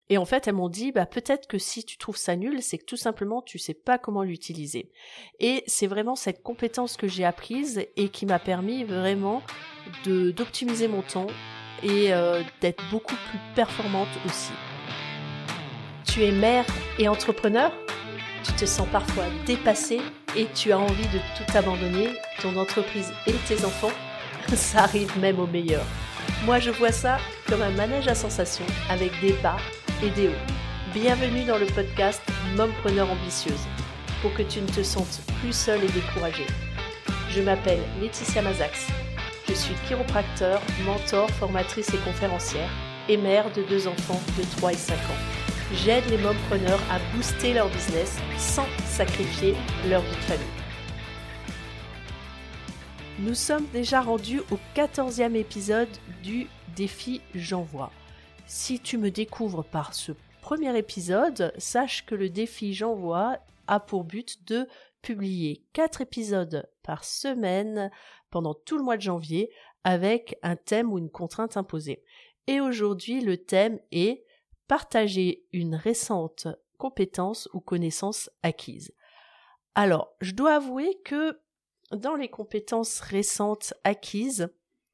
Et en fait, elles m'ont dit, peut-être que si tu trouves ça nul, c'est que tout simplement, tu sais pas comment l'utiliser. Et c'est vraiment cette compétence que j'ai apprise et qui m'a permis vraiment d'optimiser mon temps et d'être beaucoup plus performante aussi. Tu es mère et entrepreneur ? Tu te sens parfois dépassée et tu as envie de tout abandonner, ton entreprise et tes enfants ? Ça arrive même aux meilleurs. Moi, je vois ça comme un manège à sensations avec des bas et des hauts. Bienvenue dans le podcast Mompreneur ambitieuse pour que tu ne te sentes plus seule et découragée. Je m'appelle Laetitia Mazax. Je suis chiropracteur, mentor, formatrice et conférencière et mère de 2 enfants de 3 et 5 ans. J'aide les mompreneurs à booster leur business sans sacrifier leur vie de famille. Nous sommes déjà rendus au 14e épisode du défi J'envoie. Si tu me découvres par ce premier épisode, sache que le défi J'envoie a pour but de publier 4 épisodes par semaine pendant tout le mois de janvier avec un thème ou une contrainte imposée. Et aujourd'hui, le thème est partager une récente compétence ou connaissance acquise. Alors, je dois avouer que dans les compétences récentes acquises,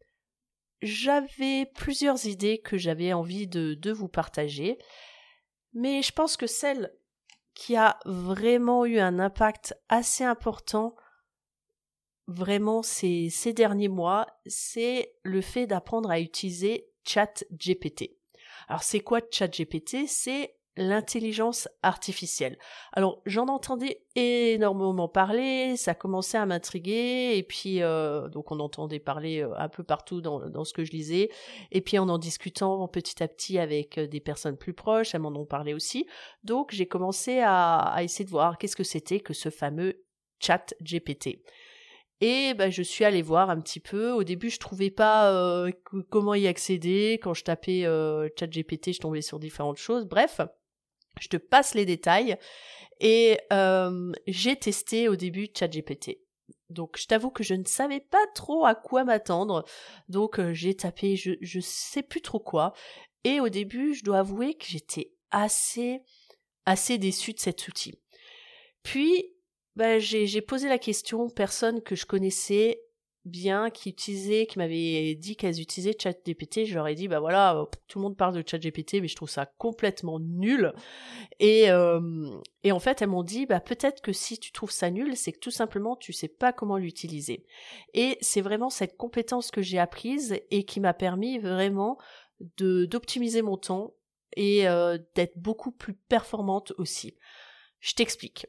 j'avais plusieurs idées que j'avais envie de vous partager, mais je pense que celle qui a vraiment eu un impact assez important vraiment ces derniers mois, c'est le fait d'apprendre à utiliser ChatGPT. Alors c'est quoi ChatGPT ? C'est l'intelligence artificielle. Alors j'en entendais énormément parler, ça commençait à m'intriguer et puis donc on entendait parler un peu partout dans ce que je lisais et puis en discutant petit à petit avec des personnes plus proches, elles m'en ont parlé aussi. Donc j'ai commencé à essayer de voir qu'est-ce que c'était que ce fameux ChatGPT. Et je suis allée voir un petit peu. Au début, je trouvais pas comment y accéder. Quand je tapais ChatGPT, je tombais sur différentes choses. Bref, je te passe les détails. Et j'ai testé au début ChatGPT. Donc, je t'avoue que je ne savais pas trop à quoi m'attendre. Donc, j'ai tapé je sais plus trop quoi. Et au début, je dois avouer que j'étais assez déçue de cet outil. Puis, j'ai posé la question aux personnes que je connaissais bien, qui m'avaient dit qu'elles utilisaient ChatGPT. Je leur ai dit, voilà, tout le monde parle de ChatGPT, mais je trouve ça complètement nul. Et en fait, elles m'ont dit, peut-être que si tu trouves ça nul, c'est que tout simplement, tu sais pas comment l'utiliser. Et c'est vraiment cette compétence que j'ai apprise et qui m'a permis vraiment d'optimiser mon temps et d'être beaucoup plus performante aussi. Je t'explique.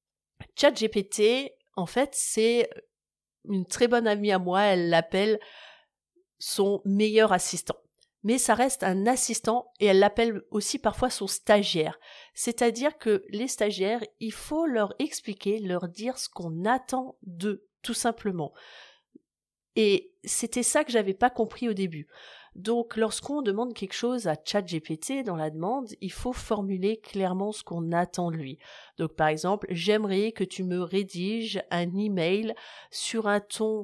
ChatGPT, en fait, c'est une très bonne amie à moi, elle l'appelle son meilleur assistant. Mais ça reste un assistant et elle l'appelle aussi parfois son stagiaire. C'est-à-dire que les stagiaires, il faut leur expliquer, leur dire ce qu'on attend d'eux, tout simplement. Et c'était ça que j'avais pas compris au début. Donc, lorsqu'on demande quelque chose à ChatGPT dans la demande, il faut formuler clairement ce qu'on attend de lui. Donc, par exemple, j'aimerais que tu me rédiges un email sur un ton,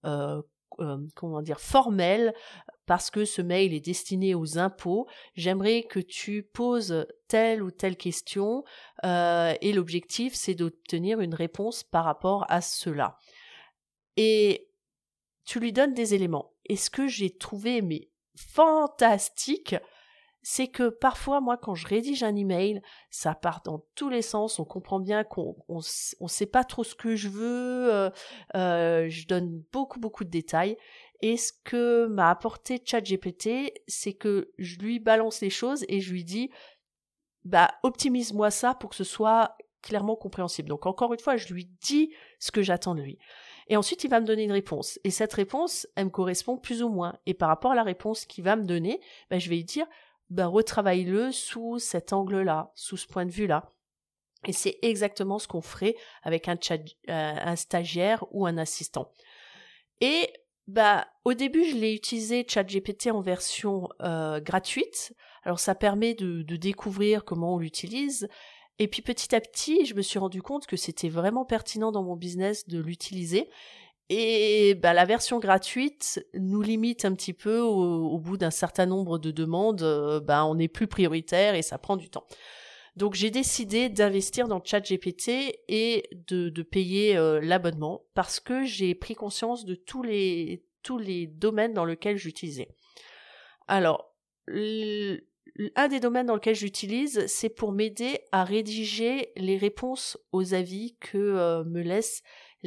formel, parce que ce mail est destiné aux impôts. J'aimerais que tu poses telle ou telle question, et l'objectif, c'est d'obtenir une réponse par rapport à cela. Et tu lui donnes des éléments. Et ce que j'ai trouvé fantastique, c'est que parfois, moi, quand je rédige un email, ça part dans tous les sens, on comprend bien qu'on sait pas trop ce que je veux, je donne beaucoup de détails. Et ce que m'a apporté ChatGPT, c'est que je lui balance les choses et je lui dis, optimise-moi ça pour que ce soit clairement compréhensible. Donc encore une fois, je lui dis ce que j'attends de lui. Et ensuite, il va me donner une réponse. Et cette réponse, elle me correspond plus ou moins. Et par rapport à la réponse qu'il va me donner, je vais lui dire, retravaille-le sous cet angle-là, sous ce point de vue-là. Et c'est exactement ce qu'on ferait avec un stagiaire ou un assistant. Et au début, je l'ai utilisé ChatGPT en version gratuite. Alors ça permet de découvrir comment on l'utilise. Et puis petit à petit, je me suis rendu compte que c'était vraiment pertinent dans mon business de l'utiliser. Et la version gratuite nous limite un petit peu au bout d'un certain nombre de demandes, on est plus prioritaire et ça prend du temps. Donc j'ai décidé d'investir dans ChatGPT et de payer l'abonnement parce que j'ai pris conscience de tous les domaines dans lesquels j'utilisais. Alors, un des domaines dans lesquels j'utilise, c'est pour m'aider à rédiger les réponses aux avis que me laissent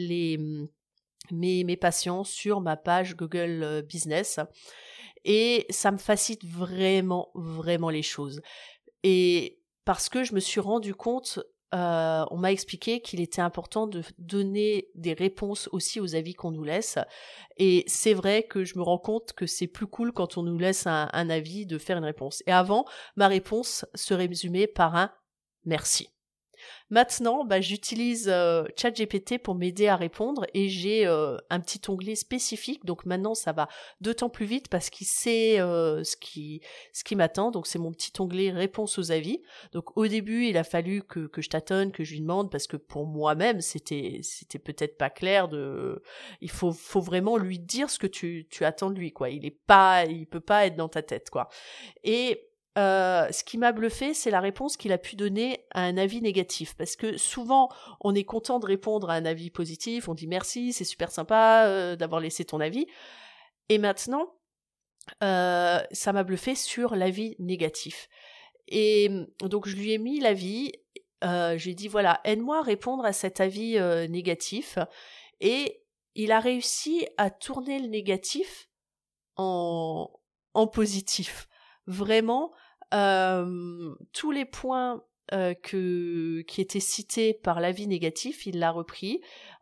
mes patients sur ma page Google Business. Et ça me facilite vraiment, vraiment les choses. Et parce que je me suis rendu compte, on m'a expliqué qu'il était important de donner des réponses aussi aux avis qu'on nous laisse. Et c'est vrai que je me rends compte que c'est plus cool quand on nous laisse un avis de faire une réponse. Et avant, ma réponse se résumait par un merci. Maintenant, j'utilise ChatGPT pour m'aider à répondre et j'ai un petit onglet spécifique. Donc maintenant, ça va d'autant plus vite parce qu'il sait ce qui m'attend. Donc c'est mon petit onglet réponse aux avis. Donc au début, il a fallu que je tâtonne, que je lui demande parce que pour moi-même, c'était peut-être pas clair il faut vraiment lui dire ce que tu attends de lui, quoi. Il peut pas être dans ta tête, quoi. Et ce qui m'a bluffé, c'est la réponse qu'il a pu donner à un avis négatif. Parce que souvent, on est content de répondre à un avis positif, on dit merci, c'est super sympa d'avoir laissé ton avis. Et maintenant, ça m'a bluffé sur l'avis négatif. Et donc, je lui ai mis l'avis, je lui ai dit, voilà, aide-moi à répondre à cet avis négatif. Et il a réussi à tourner le négatif en positif. Vraiment, tous les points qui étaient cités par l'avis négatif, il l'a repris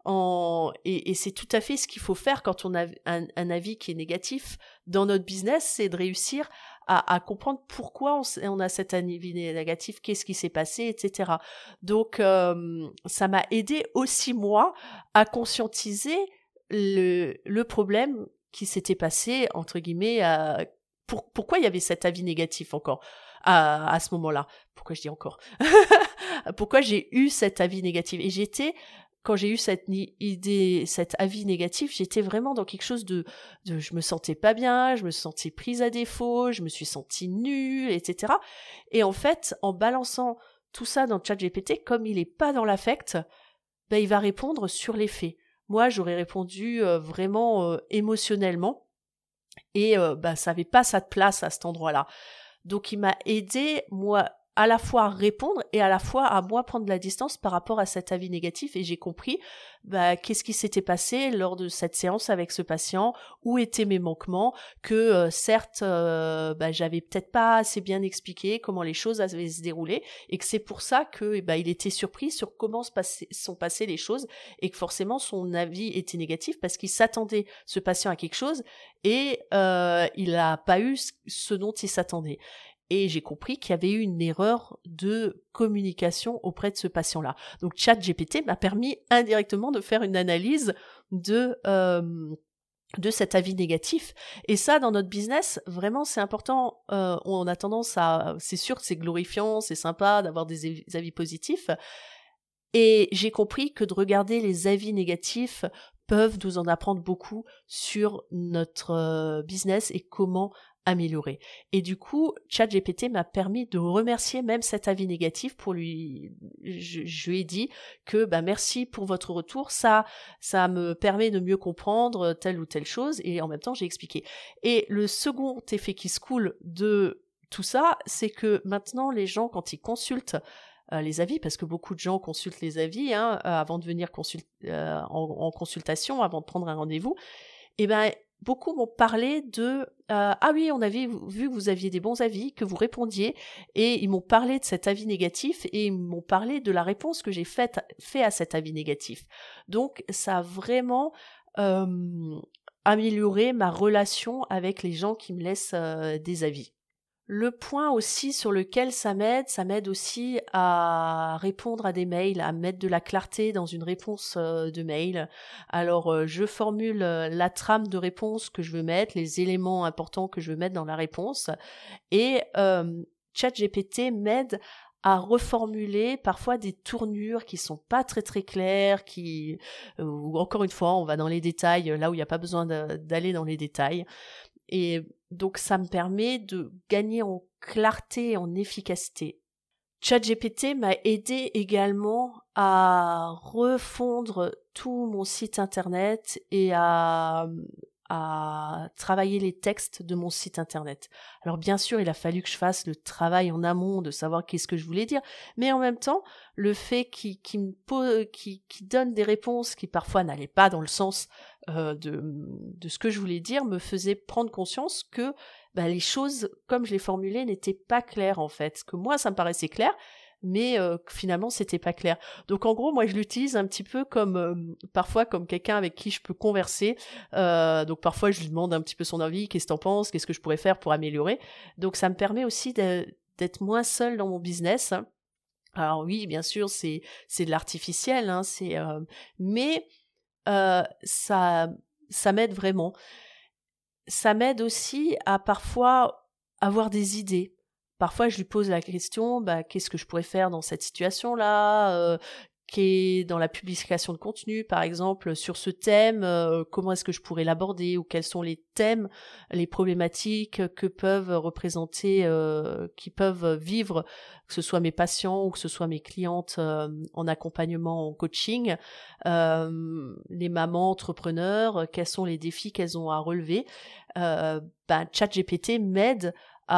et c'est tout à fait ce qu'il faut faire quand on a un avis qui est négatif dans notre business, c'est de réussir à comprendre pourquoi on a cet avis négatif, qu'est-ce qui s'est passé, etc. Donc ça m'a aidé aussi moi à conscientiser le problème qui s'était passé, entre guillemets, pourquoi il y avait cet avis négatif encore à ce moment-là. Pourquoi je dis encore Pourquoi j'ai eu cet avis négatif. Et quand j'ai eu cet avis négatif, j'étais vraiment dans quelque chose de je me sentais pas bien, je me sentais prise à défaut, je me suis sentie nulle, etc. Et en fait, en balançant tout ça dans ChatGPT, comme il est pas dans l'affect, il va répondre sur les faits. Moi, j'aurais répondu vraiment émotionnellement. Et ça n'avait pas sa place à cet endroit-là. Donc il m'a aidé, moi, à la fois à répondre et à la fois à moi prendre de la distance par rapport à cet avis négatif, et j'ai compris qu'est-ce qui s'était passé lors de cette séance avec ce patient, où étaient mes manquements, que certes j'avais peut-être pas assez bien expliqué comment les choses avaient se dérouler, et que c'est pour ça que il était surpris sur comment sont passées les choses, et que forcément son avis était négatif parce qu'il s'attendait, ce patient, à quelque chose, et il n'a pas eu ce dont il s'attendait. Et j'ai compris qu'il y avait eu une erreur de communication auprès de ce patient-là. Donc ChatGPT m'a permis indirectement de faire une analyse de cet avis négatif. Et ça, dans notre business, vraiment, c'est important. On a tendance c'est sûr que c'est glorifiant, c'est sympa d'avoir des avis positifs. Et j'ai compris que de regarder les avis négatifs peuvent nous en apprendre beaucoup sur notre business et comment améliorer. Et du coup, ChatGPT m'a permis de remercier même cet avis négatif je lui ai dit que merci pour votre retour, ça me permet de mieux comprendre telle ou telle chose, et en même temps j'ai expliqué. Et le second effet qui se coule de tout ça, c'est que maintenant les gens, quand ils consultent les avis, parce que beaucoup de gens consultent les avis avant de venir en consultation, avant de prendre un rendez-vous, et beaucoup m'ont parlé de ah oui, on avait vu que vous aviez des bons avis, que vous répondiez, et ils m'ont parlé de cet avis négatif, et ils m'ont parlé de la réponse que j'ai fait à cet avis négatif. Donc ça a vraiment amélioré ma relation avec les gens qui me laissent des avis. Le point aussi sur lequel ça m'aide aussi à répondre à des mails, à mettre de la clarté dans une réponse de mail. Alors, je formule la trame de réponse que je veux mettre, les éléments importants que je veux mettre dans la réponse, et ChatGPT m'aide à reformuler parfois des tournures qui sont pas très très claires, ou encore une fois, on va dans les détails, là où il n'y a pas besoin d'aller dans les détails. Et donc, ça me permet de gagner en clarté, en efficacité. ChatGPT m'a aidé également à refondre tout mon site internet et à travailler les textes de mon site internet. Alors bien sûr, il a fallu que je fasse le travail en amont de savoir qu'est-ce que je voulais dire, mais en même temps, le fait qu'il donne des réponses qui parfois n'allaient pas dans le sens de ce que je voulais dire me faisait prendre conscience que les choses, comme je les formulais, n'étaient pas claires en fait. Que moi, ça me paraissait clair, mais finalement, c'était pas clair. Donc en gros, moi, je l'utilise un petit peu comme parfois comme quelqu'un avec qui je peux converser. Donc parfois, je lui demande un petit peu son avis, qu'est-ce que t'en penses, qu'est-ce que je pourrais faire pour améliorer. Donc ça me permet aussi d'être moins seule dans mon business. Alors oui, bien sûr, c'est de l'artificiel, hein, mais ça m'aide vraiment. Ça m'aide aussi à parfois avoir des idées. Parfois, je lui pose la question, qu'est-ce que je pourrais faire dans cette situation-là, dans la publication de contenu, par exemple, sur ce thème, comment est-ce que je pourrais l'aborder, ou quels sont les thèmes, les problématiques que peuvent représenter, qui peuvent vivre, que ce soit mes patients ou que ce soit mes clientes en accompagnement, en coaching, les mamans entrepreneurs, quels sont les défis qu'elles ont à relever. ChatGPT m'aide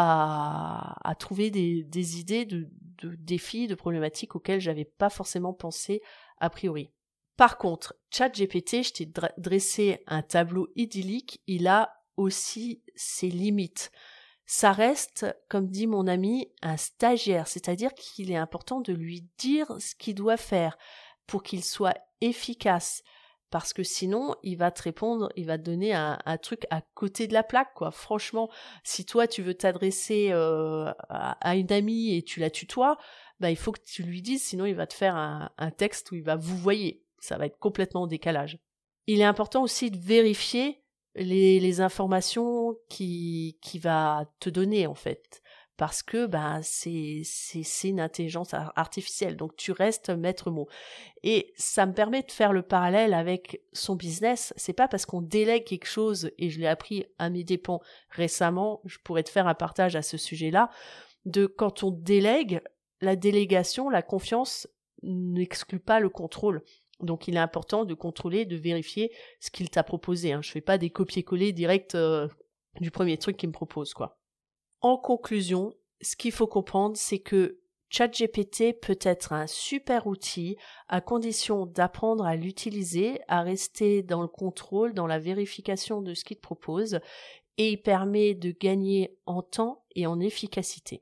à trouver des idées de défis, de problématiques auxquelles j'avais pas forcément pensé a priori. Par contre, ChatGPT, je t'ai dressé un tableau idyllique, il a aussi ses limites. Ça reste, comme dit mon ami, un stagiaire, c'est-à-dire qu'il est important de lui dire ce qu'il doit faire pour qu'il soit efficace. Parce que sinon, il va te répondre, il va te donner un truc à côté de la plaque, quoi. Franchement, si toi, tu veux t'adresser à une amie et tu la tutoies, il faut que tu lui dises, sinon il va te faire un texte où il va vous voyez. Ça va être complètement en décalage. Il est important aussi de vérifier les informations qu'il va te donner, en fait. Parce que c'est une intelligence artificielle, donc tu restes maître mot. Et ça me permet de faire le parallèle avec son business. C'est pas parce qu'on délègue quelque chose, et je l'ai appris à mes dépens récemment, je pourrais te faire un partage à ce sujet-là, de quand on délègue, la délégation, la confiance n'exclut pas le contrôle. Donc il est important de contrôler, de vérifier ce qu'il t'a proposé. Je fais pas des copier-coller direct du premier truc qu'il me propose, quoi. En conclusion, ce qu'il faut comprendre, c'est que ChatGPT peut être un super outil à condition d'apprendre à l'utiliser, à rester dans le contrôle, dans la vérification de ce qu'il te propose, et il permet de gagner en temps et en efficacité.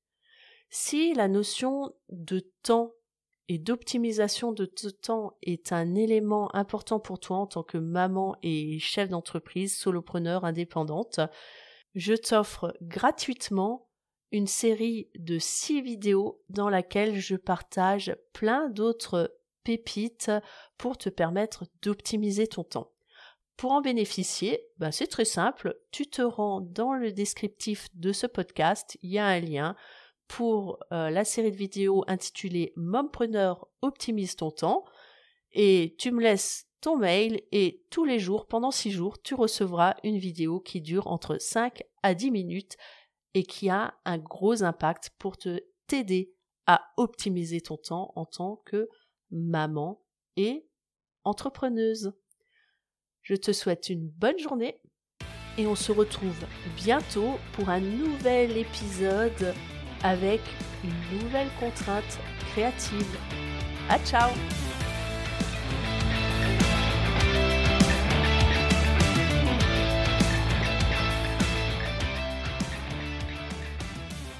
Si la notion de temps et d'optimisation de temps est un élément important pour toi en tant que maman et chef d'entreprise, solopreneur, indépendante, je t'offre gratuitement une série de 6 vidéos dans laquelle je partage plein d'autres pépites pour te permettre d'optimiser ton temps. Pour en bénéficier, c'est très simple, tu te rends dans le descriptif de ce podcast, il y a un lien pour la série de vidéos intitulée Mompreneur optimise ton temps et tu me laisses ton mail et tous les jours, pendant 6 jours, tu recevras une vidéo qui dure entre 5 à 10 minutes et qui a un gros impact pour t'aider à optimiser ton temps en tant que maman et entrepreneuse. Je te souhaite une bonne journée et on se retrouve bientôt pour un nouvel épisode avec une nouvelle contrainte créative. À ciao!